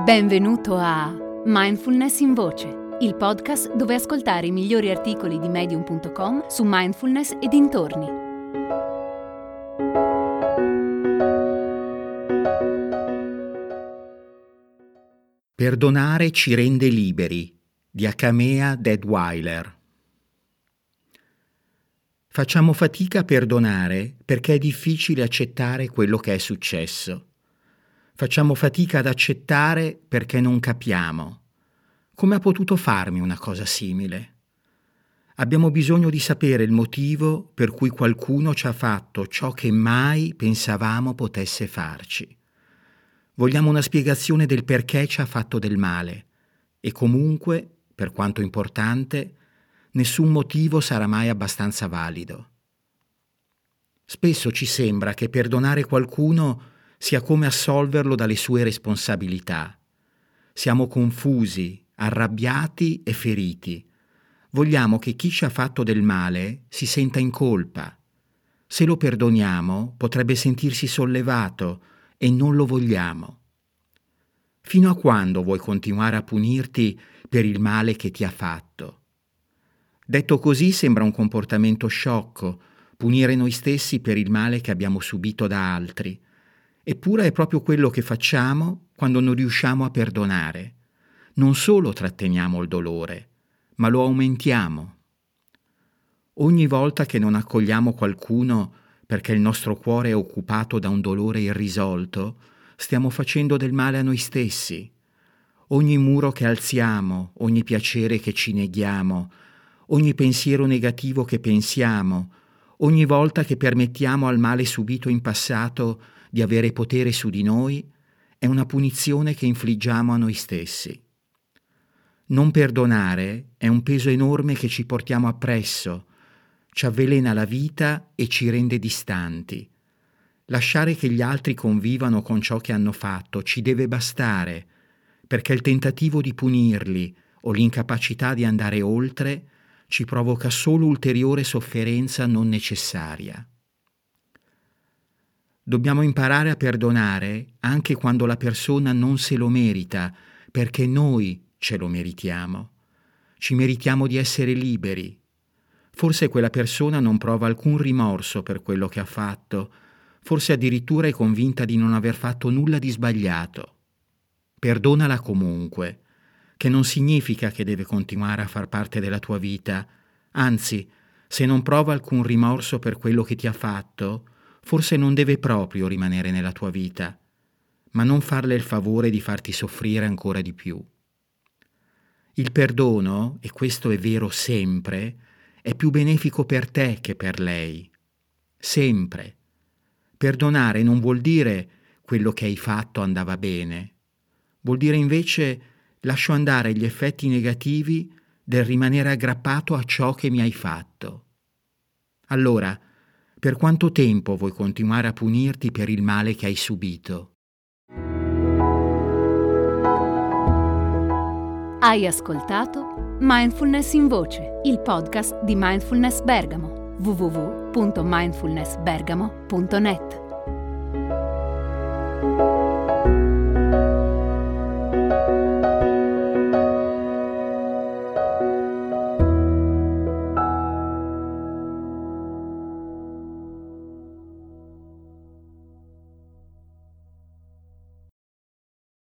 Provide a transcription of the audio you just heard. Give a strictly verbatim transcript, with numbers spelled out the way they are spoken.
Benvenuto a Mindfulness in Voce, il podcast dove ascoltare i migliori articoli di medium punto com su mindfulness e dintorni. Perdonare ci rende liberi, di Akamea Deadwyler. Facciamo fatica a perdonare perché è difficile accettare quello che è successo. Facciamo fatica ad accettare perché non capiamo. Come ha potuto farmi una cosa simile? Abbiamo bisogno di sapere il motivo per cui qualcuno ci ha fatto ciò che mai pensavamo potesse farci. Vogliamo una spiegazione del perché ci ha fatto del male e comunque, per quanto importante, nessun motivo sarà mai abbastanza valido. Spesso ci sembra che perdonare qualcuno sia come assolverlo dalle sue responsabilità. Siamo confusi, arrabbiati e feriti. Vogliamo che chi ci ha fatto del male si senta in colpa. Se lo perdoniamo, potrebbe sentirsi sollevato e non lo vogliamo. Fino a quando vuoi continuare a punirti per il male che ti ha fatto? Detto così sembra un comportamento sciocco, punire noi stessi per il male che abbiamo subito da altri. Eppure è proprio quello che facciamo quando non riusciamo a perdonare. Non solo tratteniamo il dolore, ma lo aumentiamo. Ogni volta che non accogliamo qualcuno perché il nostro cuore è occupato da un dolore irrisolto, stiamo facendo del male a noi stessi. Ogni muro che alziamo, ogni piacere che ci neghiamo, ogni pensiero negativo che pensiamo, ogni volta che permettiamo al male subito in passato di avere potere su di noi, è una punizione che infliggiamo a noi stessi. Non perdonare è un peso enorme che ci portiamo appresso, ci avvelena la vita e ci rende distanti. Lasciare che gli altri convivano con ciò che hanno fatto ci deve bastare, perché il tentativo di punirli o l'incapacità di andare oltre ci provoca solo ulteriore sofferenza non necessaria. Dobbiamo imparare a perdonare anche quando la persona non se lo merita, perché noi ce lo meritiamo. Ci meritiamo di essere liberi. Forse quella persona non prova alcun rimorso per quello che ha fatto, forse addirittura è convinta di non aver fatto nulla di sbagliato. Perdonala comunque, che non significa che deve continuare a far parte della tua vita. Anzi, se non prova alcun rimorso per quello che ti ha fatto, forse non deve proprio rimanere nella tua vita, ma non farle il favore di farti soffrire ancora di più. Il perdono, e questo è vero sempre, è più benefico per te che per lei. Sempre. Perdonare non vuol dire quello che hai fatto andava bene. Vuol dire invece lascio andare gli effetti negativi del rimanere aggrappato a ciò che mi hai fatto. Allora, per quanto tempo vuoi continuare a punirti per il male che hai subito? Hai ascoltato Mindfulness in Voce, il podcast di Mindfulness Bergamo, w w w punto mindfulness bergamo punto net.